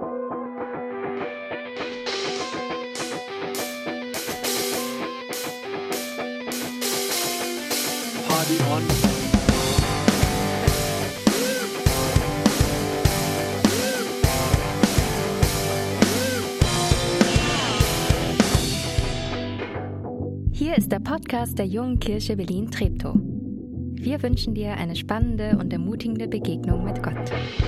Party on. Hier ist der Podcast der Jungen Kirche Berlin-Treptow. Wir wünschen dir eine spannende und ermutigende Begegnung mit Gott.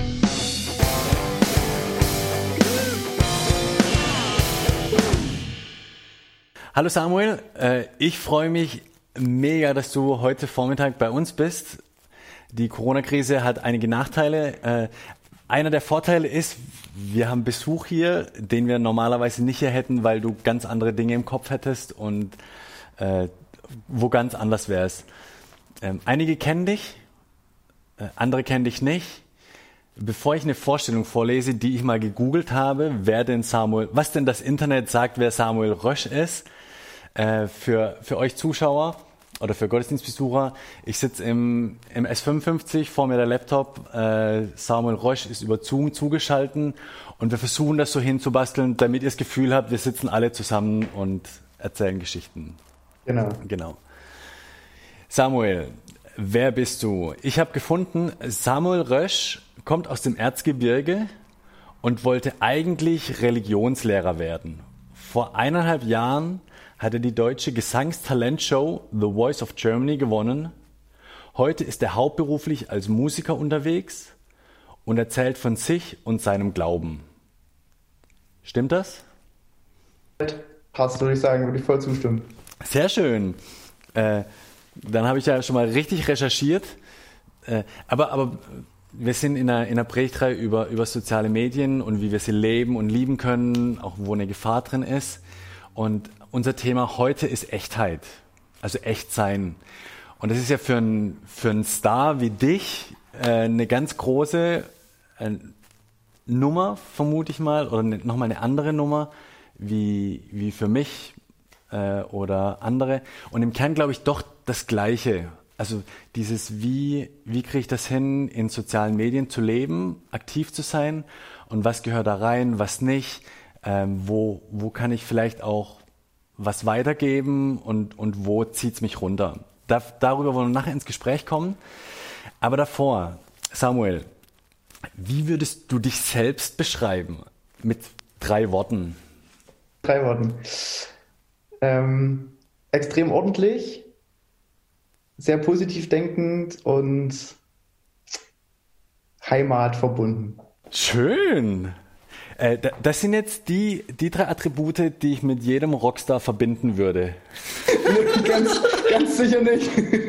Hallo Samuel, ich freue mich mega, dass du heute Vormittag bei uns bist. Die Corona-Krise hat einige Nachteile. Einer der Vorteile ist, wir haben Besuch hier, den wir normalerweise nicht hier hätten, weil du ganz andere Dinge im Kopf hättest und wo ganz anders wärst. Einige kennen dich, andere kennen dich nicht. Bevor ich eine Vorstellung vorlese, die ich mal gegoogelt habe, was denn das Internet sagt, wer Samuel Rösch ist, für euch Zuschauer oder für Gottesdienstbesucher. Ich sitze im S55, vor mir der Laptop, Samuel Rösch ist über Zoom zugeschaltet und wir versuchen das so hinzubasteln, damit ihr das Gefühl habt, wir sitzen alle zusammen und erzählen Geschichten. Genau. Samuel, wer bist du? Ich habe gefunden, Samuel Rösch kommt aus dem Erzgebirge und wollte eigentlich Religionslehrer werden. Vor 1,5 Jahren hat er die deutsche Gesangstalentshow The Voice of Germany gewonnen. Heute ist er hauptberuflich als Musiker unterwegs und erzählt von sich und seinem Glauben. Stimmt das? Passt, würde ich sagen, würde ich voll zustimmen. Sehr schön. Dann habe ich ja schon mal richtig recherchiert. Aber wir sind in einer Predigtreihe über soziale Medien und wie wir sie leben und lieben können, auch wo eine Gefahr drin ist. Und unser Thema heute ist Echtheit, also Echtsein. Und das ist ja für einen Star wie dich eine ganz große Nummer, vermute ich mal, oder nochmal eine andere Nummer wie für mich oder andere. Und im Kern glaube ich doch das Gleiche. Also dieses, wie kriege ich das hin, in sozialen Medien zu leben, aktiv zu sein und was gehört da rein, was nicht, wo kann ich vielleicht auch was weitergeben und wo zieht es mich runter. Darüber wollen wir nachher ins Gespräch kommen. Aber davor, Samuel, wie würdest du dich selbst beschreiben mit 3 Worten? 3 Worten. Extrem ordentlich, sehr positiv denkend und Heimat verbunden. Schön. Das sind jetzt die 3 Attribute, die ich mit jedem Rockstar verbinden würde. ganz sicher nicht.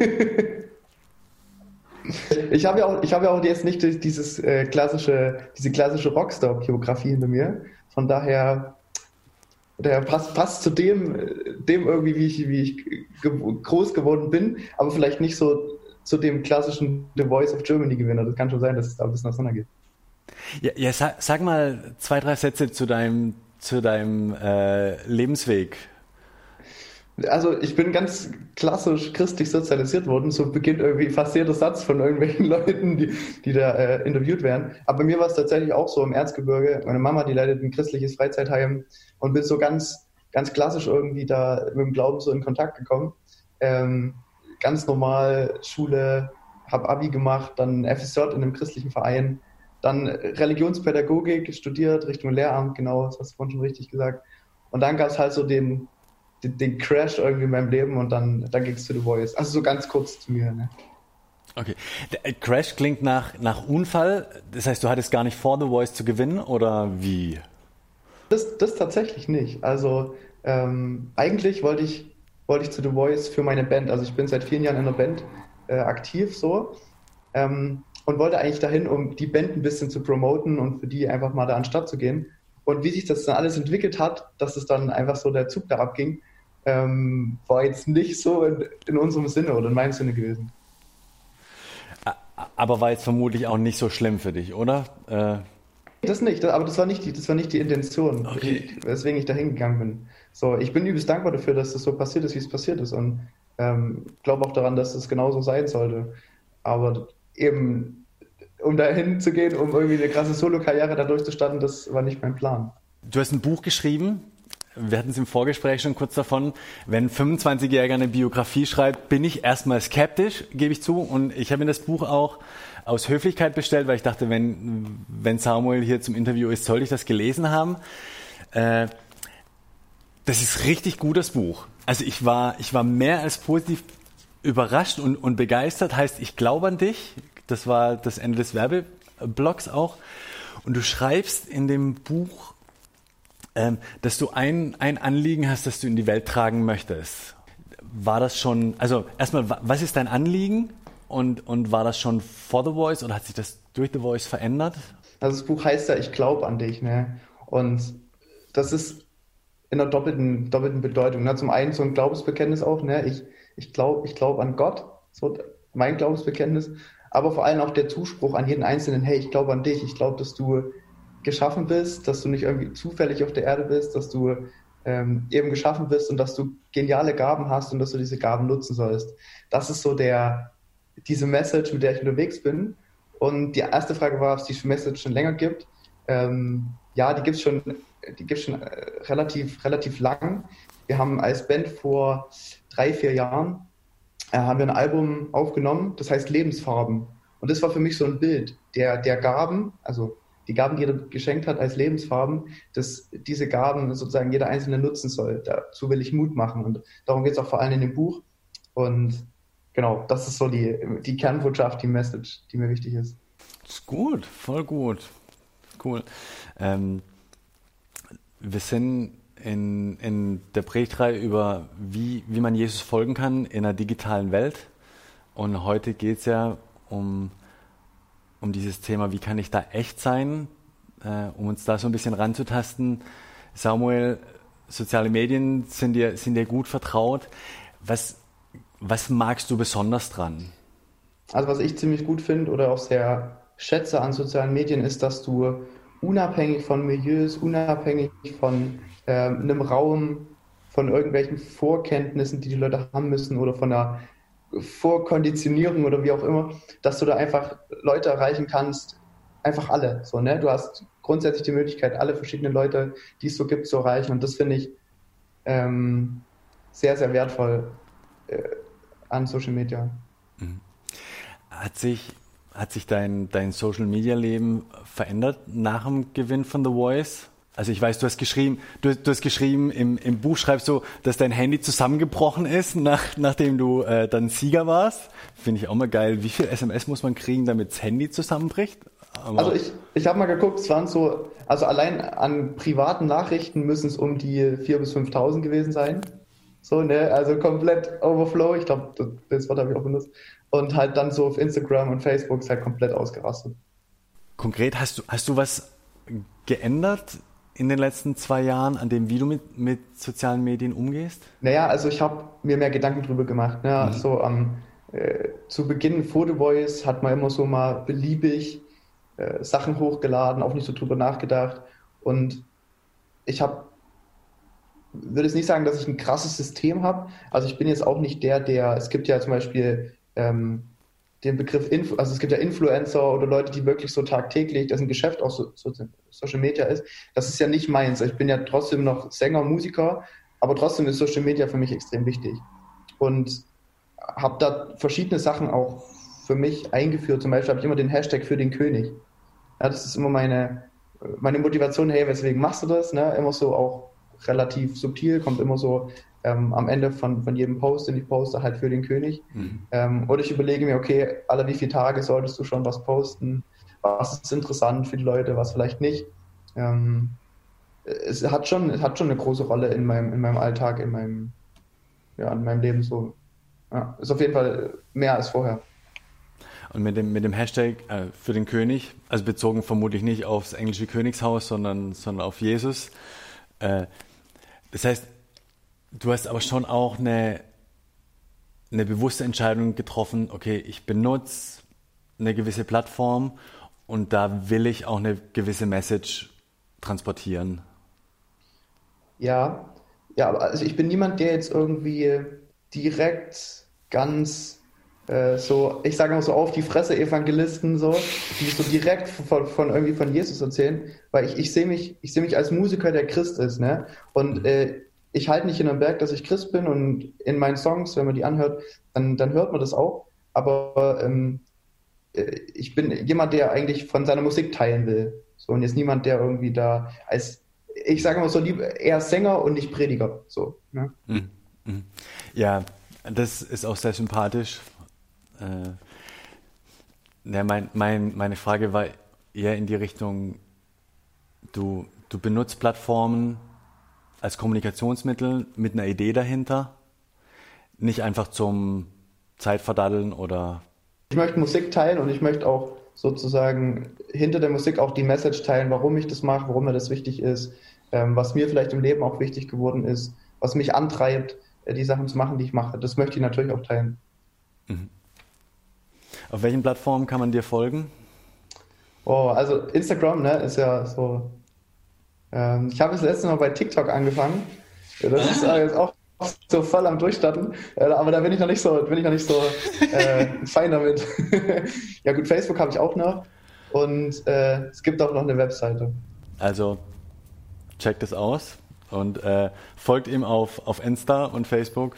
Ich habe ja auch jetzt nicht diese klassische Rockstar-Biografie hinter mir. Von daher passt zu dem irgendwie, wie ich groß geworden bin, aber vielleicht nicht so zu dem klassischen The Voice of Germany Gewinner. Das kann schon sein, dass es da ein bisschen auseinandergeht. Ja, sag mal 2, 3 Sätze zu deinem Lebensweg. Also ich bin ganz klassisch christlich sozialisiert worden. So beginnt irgendwie fast jeder Satz von irgendwelchen Leuten, die da interviewt werden. Aber bei mir war es tatsächlich auch so im Erzgebirge. Meine Mama, die leitet ein christliches Freizeitheim und bin so ganz, ganz klassisch irgendwie da mit dem Glauben so in Kontakt gekommen. Ganz normal Schule, habe Abi gemacht, dann FSJ in einem christlichen Verein, dann Religionspädagogik studiert, Richtung Lehramt, genau, das hast du vorhin schon richtig gesagt. Und dann gab es halt so den Crash irgendwie in meinem Leben und dann ging es zu The Voice. Also so ganz kurz zu mir. Ne? Okay. Der Crash klingt nach Unfall. Das heißt, du hattest gar nicht vor, The Voice zu gewinnen oder wie? Das tatsächlich nicht. Also eigentlich wollte ich zu The Voice für meine Band. Also ich bin seit 4 Jahren in einer Band aktiv so und wollte eigentlich dahin, um die Band ein bisschen zu promoten und für die einfach mal da an den Start zu gehen. Und wie sich das dann alles entwickelt hat, dass es dann einfach so der Zug da abging, war jetzt nicht so in unserem Sinne oder in meinem Sinne gewesen. Aber war jetzt vermutlich auch nicht so schlimm für dich, oder? Das nicht, aber das war nicht die Intention, okay, weswegen ich da hingegangen bin. So, ich bin übelst dankbar dafür, dass das so passiert ist, wie es passiert ist und glaube auch daran, dass es genauso sein sollte. Aber eben um da hinzugehen, um irgendwie eine krasse Solo-Karriere da durchzustarten, das war nicht mein Plan. Du hast ein Buch geschrieben. Wir hatten es im Vorgespräch schon kurz davon. Wenn ein 25-Jähriger eine Biografie schreibt, bin ich erstmal skeptisch, gebe ich zu. Und ich habe mir das Buch auch aus Höflichkeit bestellt, weil ich dachte, wenn Samuel hier zum Interview ist, sollte ich das gelesen haben. Das ist richtig gut, das Buch. Also ich war mehr als positiv überrascht und begeistert. Heißt, ich glaube an dich. Das war das Ende des Werbeblocks auch. Und du schreibst in dem Buch, dass du ein Anliegen hast, das du in die Welt tragen möchtest. War das schon, also erstmal, was ist dein Anliegen und war das schon vor The Voice oder hat sich das durch The Voice verändert? Also das Buch heißt ja, ich glaube an dich, ne? Und das ist in einer doppelten Bedeutung. Ne? Zum einen so ein Glaubensbekenntnis auch, ne? Ich glaube an Gott, so mein Glaubensbekenntnis, aber vor allem auch der Zuspruch an jeden Einzelnen, hey, ich glaube an dich, ich glaube, dass du geschaffen bist, dass du nicht irgendwie zufällig auf der Erde bist, dass du eben geschaffen bist und dass du geniale Gaben hast und dass du diese Gaben nutzen sollst. Das ist so diese Message, mit der ich unterwegs bin. Und die erste Frage war, ob es die Message schon länger gibt. Ja, die gibt's schon relativ lang. Wir haben als Band vor 3-4 Jahren haben wir ein Album aufgenommen, das heißt Lebensfarben. Und das war für mich so ein Bild der Gaben, also die Gaben, die er geschenkt hat als Lebensfarben, dass diese Gaben sozusagen jeder Einzelne nutzen soll. Dazu will ich Mut machen und darum geht es auch vor allem in dem Buch. Und genau, das ist so die Kernbotschaft, die Message, die mir wichtig ist. Das ist gut, voll gut. Cool. Wir sind in der Predigtreihe über, wie man Jesus folgen kann in einer digitalen Welt. Und heute geht es ja um dieses Thema, wie kann ich da echt sein, um uns da so ein bisschen ranzutasten. Samuel, soziale Medien sind dir gut vertraut. Was magst du besonders dran? Also was ich ziemlich gut finde oder auch sehr schätze an sozialen Medien ist, dass du unabhängig von Milieus, unabhängig von einem Raum, von irgendwelchen Vorkenntnissen, die Leute haben müssen oder von einer Vorkonditionierung oder wie auch immer, dass du da einfach Leute erreichen kannst, einfach alle. So, ne? Du hast grundsätzlich die Möglichkeit, alle verschiedenen Leute, die es so gibt, zu erreichen. Und das finde ich sehr, sehr wertvoll an Social Media. Hat sich dein Social-Media-Leben verändert nach dem Gewinn von The Voice? Also ich weiß, du hast geschrieben, im Buch schreibst du, dass dein Handy zusammengebrochen ist, nachdem du dann Sieger warst. Finde ich auch mal geil. Wie viel SMS muss man kriegen, damit das Handy zusammenbricht? Also ich habe mal geguckt, es waren so, also allein an privaten Nachrichten müssen es um die 4.000 bis 5.000 gewesen sein. So, ne, also komplett Overflow. Ich glaube, das Wort habe ich auch benutzt. Und halt dann so auf Instagram und Facebook ist halt komplett ausgerastet. Konkret, hast du was geändert in den letzten 2 Jahren, an dem, wie du mit sozialen Medien umgehst? Naja, also ich habe mir mehr Gedanken drüber gemacht. Ne? So zu Beginn vor The Voice hat man immer so mal beliebig Sachen hochgeladen, auch nicht so drüber nachgedacht. Und ich würde jetzt nicht sagen, dass ich ein krasses System habe. Also ich bin jetzt auch nicht es gibt ja zum Beispiel den Begriff, also es gibt ja Influencer oder Leute, die wirklich so tagtäglich, dessen Geschäft auch so Social Media ist. Das ist ja nicht meins. Ich bin ja trotzdem noch Sänger, Musiker, aber trotzdem ist Social Media für mich extrem wichtig. Und habe da verschiedene Sachen auch für mich eingeführt. Zum Beispiel habe ich immer den Hashtag für den König. Ja, das ist immer meine Motivation, hey, weswegen machst du das? Ne? Immer so auch relativ subtil, kommt immer so am Ende von jedem Post, den ich poste, halt für den König. Oder ich überlege mir, okay, alle wie viele Tage solltest du schon was posten? Was ist interessant für die Leute, was vielleicht nicht? Es hat schon eine große Rolle in meinem Alltag, in meinem Leben so. Ja, ist auf jeden Fall mehr als vorher. Und mit dem Hashtag für den König, also bezogen vermutlich nicht aufs englische Königshaus, sondern auf Jesus. Das heißt, du hast aber schon auch eine bewusste Entscheidung getroffen, okay, ich benutze eine gewisse Plattform und da will ich auch eine gewisse Message transportieren. Ja, aber also ich bin niemand, der jetzt irgendwie direkt ganz so, ich sage mal so auf die Fresse Evangelisten, so, die so direkt irgendwie von Jesus erzählen, weil ich sehe mich als Musiker, der Christ ist, ne? Und ich halte nicht in einem Berg, dass ich Christ bin, und in meinen Songs, wenn man die anhört, dann hört man das auch. Aber ich bin jemand, der eigentlich von seiner Musik teilen will. So, und jetzt niemand, der irgendwie da ich sage mal so, eher Sänger und nicht Prediger. So, ne? Ja, das ist auch sehr sympathisch. Ja, meine Frage war eher in die Richtung, du benutzt Plattformen als Kommunikationsmittel mit einer Idee dahinter, nicht einfach zum Zeitverdaddeln oder... Ich möchte Musik teilen, und ich möchte auch sozusagen hinter der Musik auch die Message teilen, warum ich das mache, warum mir das wichtig ist, was mir vielleicht im Leben auch wichtig geworden ist, was mich antreibt, die Sachen zu machen, die ich mache. Das möchte ich natürlich auch teilen. Mhm. Auf welchen Plattformen kann man dir folgen? Oh, also Instagram, ne, ist ja so. Ich habe das letzte Mal bei TikTok angefangen. Das ist jetzt auch so voll am Durchstarten, aber da bin ich noch nicht so fein damit. Ja gut, Facebook habe ich auch noch, und es gibt auch noch eine Webseite. Also checkt es aus und folgt ihm auf Insta und Facebook.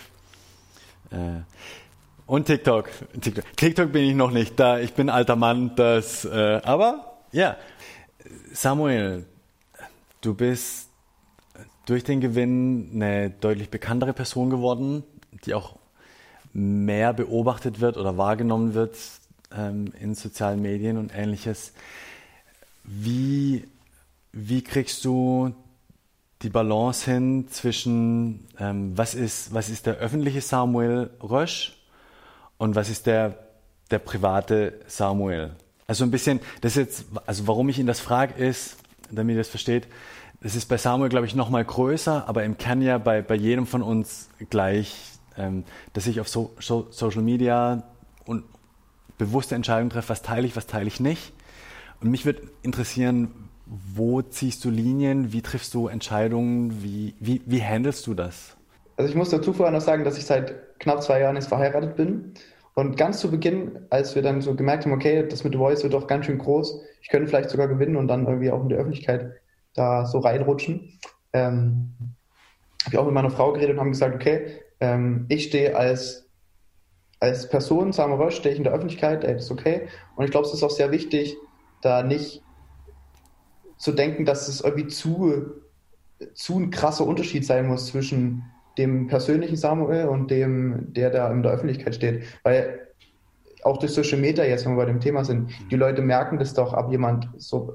Und TikTok. TikTok bin ich noch nicht da. Ich bin ein alter Mann, aber ja. Samuel, du bist durch den Gewinn eine deutlich bekanntere Person geworden, die auch mehr beobachtet wird oder wahrgenommen wird in sozialen Medien und Ähnliches. Wie kriegst du die Balance hin zwischen was ist der öffentliche Samuel Rösch und was ist der private Samuel? Also ein bisschen, also warum ich ihn das frage, ist, damit ihr das versteht, das ist bei Samuel, glaube ich, noch mal größer, aber im Kern ja bei jedem von uns gleich, dass ich auf Social Media und bewusste Entscheidungen treffe, was teile ich nicht. Und mich würde interessieren, wo ziehst du Linien, wie triffst du Entscheidungen, wie handelst du das? Also ich muss dazu vorher noch sagen, dass ich seit knapp 2 Jahren jetzt verheiratet bin. Und ganz zu Beginn, als wir dann so gemerkt haben, okay, das mit The Voice wird doch ganz schön groß, ich könnte vielleicht sogar gewinnen und dann irgendwie auch in der Öffentlichkeit da so reinrutschen, habe ich auch mit meiner Frau geredet und haben gesagt, okay, ich stehe als Person, Samuel Rösch, stehe ich in der Öffentlichkeit, das ist okay. Und ich glaube, es ist auch sehr wichtig, da nicht zu denken, dass es irgendwie zu ein krasser Unterschied sein muss zwischen dem persönlichen Samuel und dem, der da in der Öffentlichkeit steht. Weil auch durch Social Media, jetzt wenn wir bei dem Thema sind, die Leute merken das doch, ob jemand so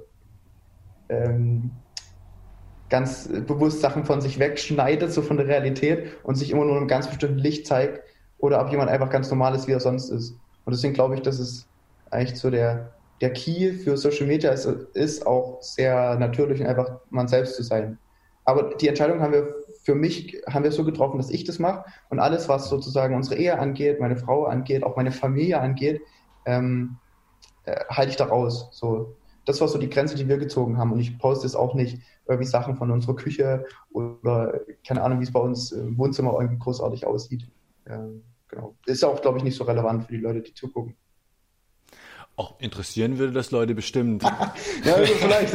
ganz bewusst Sachen von sich wegschneidet, so von der Realität, und sich immer nur in einem ganz bestimmten Licht zeigt, oder ob jemand einfach ganz normal ist, wie er sonst ist. Und deswegen glaube ich, dass es eigentlich so der Key für Social Media ist auch sehr natürlich und einfach man selbst zu sein. Aber die Entscheidung haben wir so getroffen, dass ich das mache, und alles, was sozusagen unsere Ehe angeht, meine Frau angeht, auch meine Familie angeht, halte ich da raus. So, das war so die Grenze, die wir gezogen haben, und ich poste jetzt auch nicht irgendwie Sachen von unserer Küche oder keine Ahnung, wie es bei uns im Wohnzimmer irgendwie großartig aussieht. Genau. Ist auch, glaube ich, nicht so relevant für die Leute, die zugucken. Auch interessieren würde das Leute bestimmt. Ja, also vielleicht.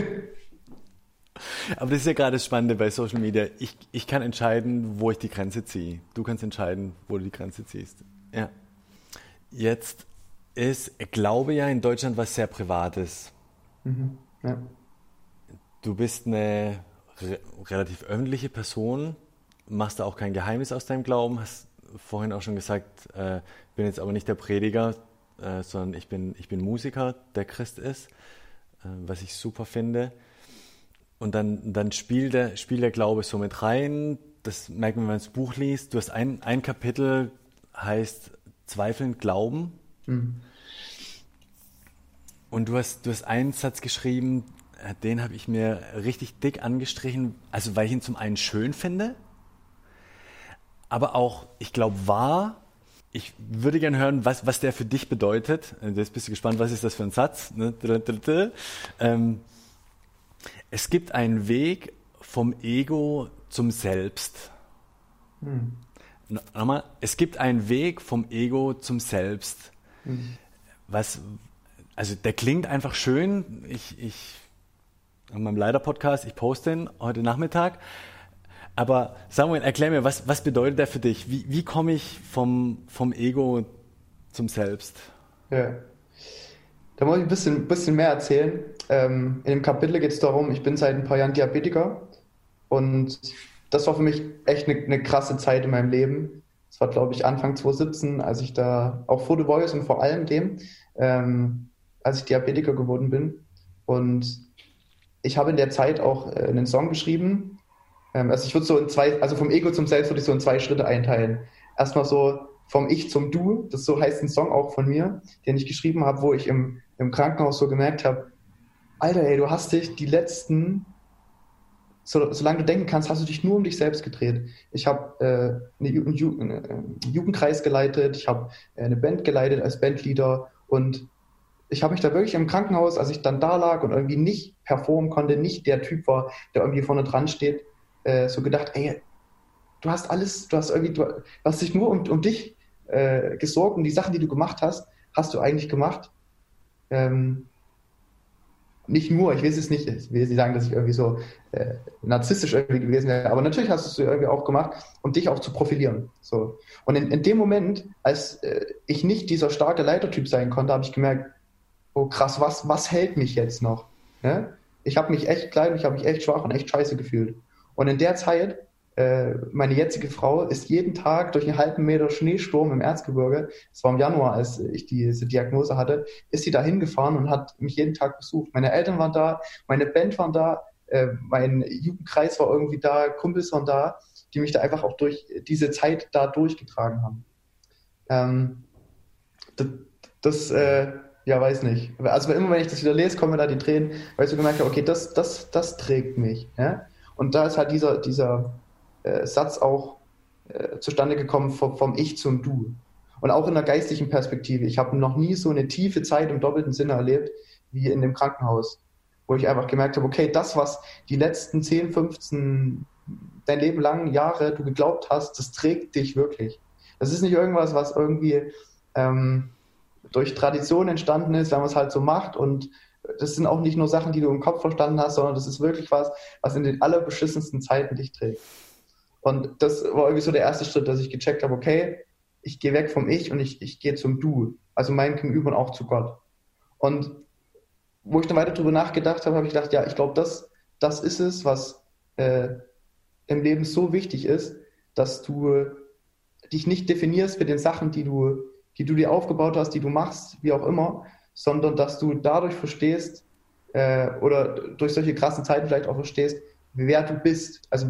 Aber das ist ja gerade das Spannende bei Social Media. Ich kann entscheiden, wo ich die Grenze ziehe. Du kannst entscheiden, wo du die Grenze ziehst. Ja. Jetzt ist Glaube ja in Deutschland was sehr Privates. Mhm. Ja. Du bist eine relativ öffentliche Person, machst da auch kein Geheimnis aus deinem Glauben, hast vorhin auch schon gesagt, bin jetzt aber nicht der Prediger, sondern ich bin Musiker, der Christ ist, was ich super finde. Und dann spielt der Glaube so mit rein. Das merkt man, wenn man das Buch liest. Du hast ein Kapitel, heißt Zweifeln, Glauben. Mhm. Und du hast einen Satz geschrieben, den habe ich mir richtig dick angestrichen, also weil ich ihn zum einen schön finde, aber auch, ich glaube, wahr. Ich würde gerne hören, was der für dich bedeutet. Jetzt bist du gespannt, was ist das für ein Satz? Es gibt einen Weg vom Ego zum Selbst. nochmal, es gibt einen Weg vom Ego zum Selbst. Also der klingt einfach schön. Ich in meinem Leider-Podcast, ich poste den heute Nachmittag. Aber Samuel, erklär mir, was bedeutet der für dich? Wie komme ich vom Ego zum Selbst? Ja. Da muss ich ein bisschen mehr erzählen. In dem Kapitel geht es darum, ich bin seit ein paar Jahren Diabetiker und das war für mich echt eine krasse Zeit in meinem Leben. Das war, glaube ich, Anfang 2017, als ich da auch vor The Voice und vor allem dem, als ich Diabetiker geworden bin. Und ich habe in der Zeit auch einen Song geschrieben. Also ich würde so also vom Ego zum Selbst würde ich so in 2 Schritte einteilen. Erstmal so vom Ich zum Du, das so heißt ein Song auch von mir, den ich geschrieben habe, wo ich im Krankenhaus so gemerkt habe, Alter, ey, du hast dich die letzten, solange du denken kannst, hast du dich nur um dich selbst gedreht. Ich habe einen Jugendkreis geleitet, ich habe eine Band geleitet als Bandleader und ich habe mich da wirklich im Krankenhaus, als ich dann da lag und irgendwie nicht performen konnte, nicht der Typ war, der irgendwie vorne dran steht, so gedacht, ey, du hast dich nur um dich gesorgt und die Sachen, die du gemacht hast, hast du eigentlich gemacht. Nicht nur, ich will es nicht, ich will nicht sagen, dass ich irgendwie so narzisstisch irgendwie gewesen wäre, aber natürlich hast du es irgendwie auch gemacht, um dich auch zu profilieren. So. Und in dem Moment, als ich nicht dieser starke Leitertyp sein konnte, habe ich gemerkt, oh krass, was hält mich jetzt noch? Ja? Ich habe mich echt klein, ich habe mich echt schwach und echt scheiße gefühlt. Und in der Zeit, meine jetzige Frau ist jeden Tag durch einen halben Meter Schneesturm im Erzgebirge, das war im Januar, als ich diese Diagnose hatte, ist sie da hingefahren und hat mich jeden Tag besucht. Meine Eltern waren da, meine Band waren da, mein Jugendkreis war irgendwie da, Kumpels waren da, die mich da einfach auch durch diese Zeit da durchgetragen haben. Ja, weiß nicht. Also immer wenn ich das wieder lese, kommen mir da die Tränen, weil ich so gemerkt habe, okay, das trägt mich. Ja? Und da ist halt dieser Satz auch zustande gekommen vom Ich zum Du. Und auch in der geistlichen Perspektive. Ich habe noch nie so eine tiefe Zeit im doppelten Sinne erlebt, wie in dem Krankenhaus, wo ich einfach gemerkt habe, okay, das, was die letzten 10, 15, dein Leben lang Jahre du geglaubt hast, das trägt dich wirklich. Das ist nicht irgendwas, was irgendwie durch Tradition entstanden ist, wenn man es halt so macht, und das sind auch nicht nur Sachen, die du im Kopf verstanden hast, sondern das ist wirklich was in den allerbeschissensten Zeiten dich trägt. Und das war irgendwie so der erste Schritt, dass ich gecheckt habe, okay, ich gehe weg vom Ich und ich gehe zum Du, also meinem Gegenüber und auch zu Gott. Und wo ich dann weiter drüber nachgedacht habe, habe ich gedacht, ja, ich glaube, das ist es, was im Leben so wichtig ist, dass du dich nicht definierst mit den Sachen, die du dir aufgebaut hast, die du machst, wie auch immer, sondern dass du dadurch verstehst oder durch solche krassen Zeiten vielleicht auch verstehst, wer du bist, also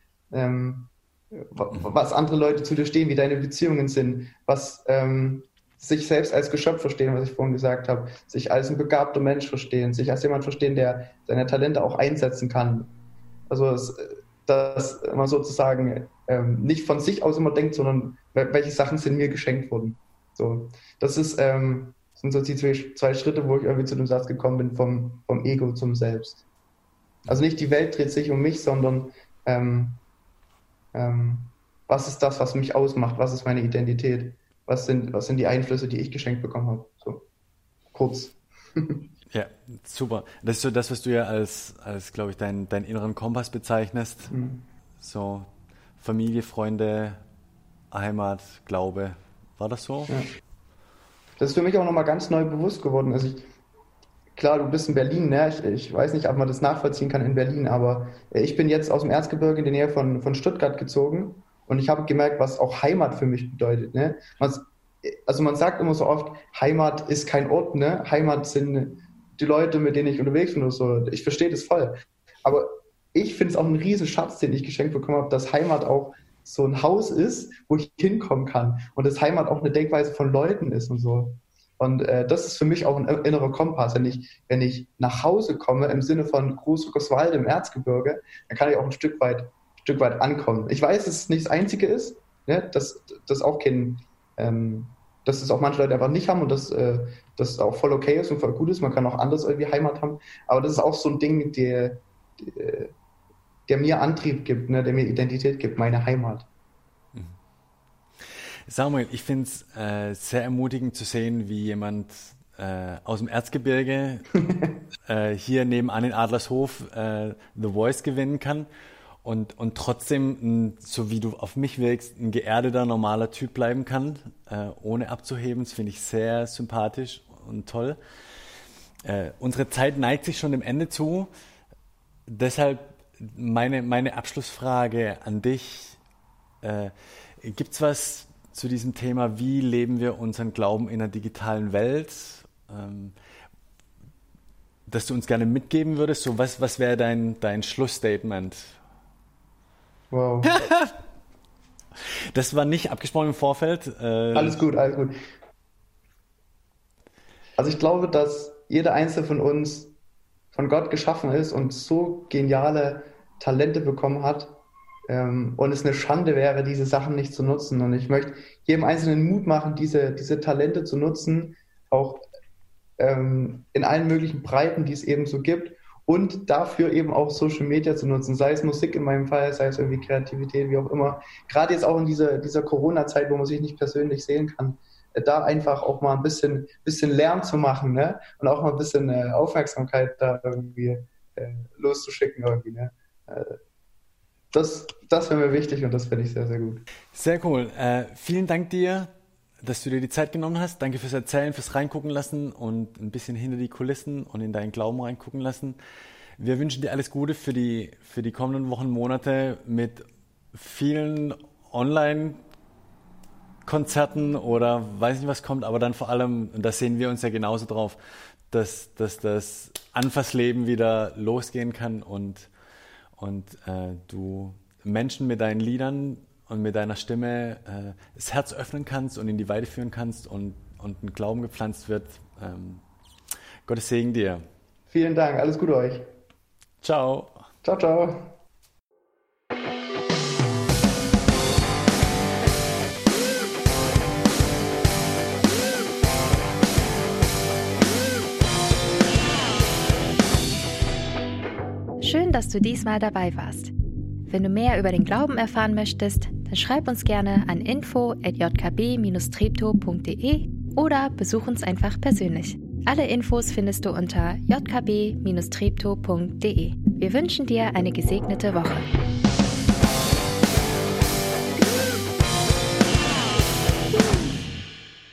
was andere Leute zu dir stehen, wie deine Beziehungen sind, was sich selbst als Geschöpf verstehen, was ich vorhin gesagt habe, sich als ein begabter Mensch verstehen, sich als jemand verstehen, der seine Talente auch einsetzen kann. Also dass man sozusagen nicht von sich aus immer denkt, sondern welche Sachen sind mir geschenkt worden. So, das sind so die 2 Schritte, wo ich irgendwie zu dem Satz gekommen bin, vom Ego zum Selbst. Also nicht die Welt dreht sich um mich, sondern was ist das, was mich ausmacht? Was ist meine Identität? Was sind die Einflüsse, die ich geschenkt bekommen habe? So, kurz. Ja, super. Das ist so das, was du ja als glaube ich, deinen inneren Kompass bezeichnest. Mhm. So Familie, Freunde, Heimat, Glaube. War das so? Ja. Das ist für mich auch nochmal ganz neu bewusst geworden. Also klar, du bist in Berlin, ne? Ich weiß nicht, ob man das nachvollziehen kann in Berlin, aber ich bin jetzt aus dem Erzgebirge in die Nähe von Stuttgart gezogen und ich habe gemerkt, was auch Heimat für mich bedeutet. Ne? Man sagt immer so oft, Heimat ist kein Ort, ne? Heimat sind die Leute, mit denen ich unterwegs bin oder so. Ich verstehe das voll. Aber ich finde es auch ein riesen Schatz, den ich geschenkt bekommen habe, dass Heimat auch so ein Haus ist, wo ich hinkommen kann und dass Heimat auch eine Denkweise von Leuten ist und so. Und das ist für mich auch ein innerer Kompass. Wenn ich nach Hause komme, im Sinne von Groß-Rückerswalde im Erzgebirge, dann kann ich auch ein Stück weit ankommen. Ich weiß, dass es nicht das Einzige ist, ne? dass auch dass es auch manche Leute einfach nicht haben und dass das auch voll okay ist und voll gut ist. Man kann auch anders irgendwie Heimat haben. Aber das ist auch so ein Ding, der mir Antrieb gibt, ne? Der mir Identität gibt, meine Heimat. Samuel, ich finde es sehr ermutigend zu sehen, wie jemand aus dem Erzgebirge hier nebenan in Adlershof The Voice gewinnen kann und trotzdem, so wie du auf mich wirkst, ein geerdeter, normaler Typ bleiben kann, ohne abzuheben. Das finde ich sehr sympathisch und toll. Unsere Zeit neigt sich schon dem Ende zu. Deshalb meine Abschlussfrage an dich. Gibt's was zu diesem Thema, wie leben wir unseren Glauben in einer digitalen Welt, dass du uns gerne mitgeben würdest? So, was wäre dein Schlussstatement? Wow. Das war nicht abgesprochen im Vorfeld. Alles gut, alles gut. Also ich glaube, dass jeder Einzelne von uns von Gott geschaffen ist und so geniale Talente bekommen hat, und es eine Schande wäre, diese Sachen nicht zu nutzen. Und ich möchte jedem Einzelnen Mut machen, diese Talente zu nutzen, auch in allen möglichen Breiten, die es eben so gibt, und dafür eben auch Social Media zu nutzen, sei es Musik in meinem Fall, sei es irgendwie Kreativität, wie auch immer. Gerade jetzt auch in dieser Corona-Zeit, wo man sich nicht persönlich sehen kann, da einfach auch mal ein bisschen Lärm zu machen, ne? Und auch mal ein bisschen Aufmerksamkeit da irgendwie loszuschicken irgendwie, ne? Das wäre mir wichtig und das finde ich sehr, sehr gut. Sehr cool. Vielen Dank dir, dass du dir die Zeit genommen hast. Danke fürs Erzählen, fürs Reingucken lassen und ein bisschen hinter die Kulissen und in deinen Glauben reingucken lassen. Wir wünschen dir alles Gute für die kommenden Wochen, Monate mit vielen Online-Konzerten oder weiß nicht, was kommt, aber dann vor allem, und da sehen wir uns ja genauso drauf, dass das Anfassleben wieder losgehen kann und du Menschen mit deinen Liedern und mit deiner Stimme das Herz öffnen kannst und in die Weide führen kannst und ein Glauben gepflanzt wird. Gottes Segen dir. Vielen Dank, alles Gute euch. Ciao. Ciao, ciao. Schön, dass du diesmal dabei warst. Wenn du mehr über den Glauben erfahren möchtest, dann schreib uns gerne an info@jkb-treptow.de oder besuch uns einfach persönlich. Alle Infos findest du unter jkb-treptow.de. Wir wünschen dir eine gesegnete Woche.